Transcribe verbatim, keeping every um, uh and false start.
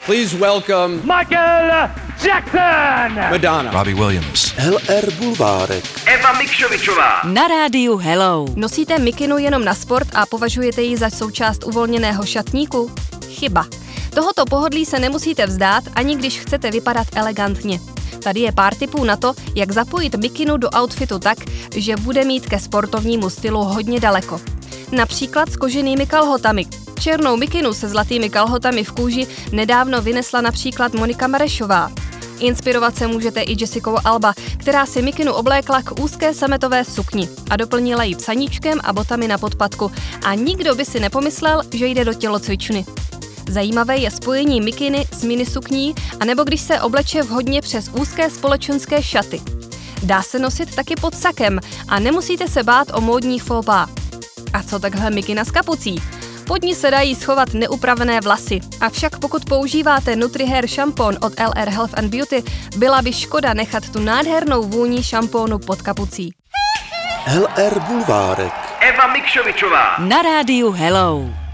Please welcome Michael Jackson, Madonna, Robbie Williams, L R Bulvárek, Eva Mikšovičová. Na rádiu Hello. Nosíte mikinu jenom na sport a považujete ji za součást uvolněného šatníku? Chyba. Tohoto pohodlí se nemusíte vzdát, ani když chcete vypadat elegantně. Tady je pár tipů na to, jak zapojit mikinu do outfitu tak, že bude mít ke sportovnímu stylu hodně daleko. Například s koženými kalhotami. Černou mikinu se zlatými kalhotami v kůži nedávno vynesla například Monika Marešová. Inspirovat se můžete i Jessicou Alba, která si mikinu oblékla k úzké sametové sukni a doplnila ji psaníčkem a botami na podpatku a nikdo by si nepomyslel, že jde do tělocvičny. Zajímavé je spojení mikiny s minisukní anebo když se obleče vhodně přes úzké společenské šaty. Dá se nosit taky pod sakem a nemusíte se bát o módní faux pas. A co takhle mikina s kapucí? Pod ní se dají schovat neupravené vlasy, avšak pokud používáte Nutrihair šampon od L R Health and Beauty, byla by škoda nechat tu nádhernou vůni šampónu pod kapucí. L R Bulvárek, Eva Mikšovičová. Na rádiu Hello.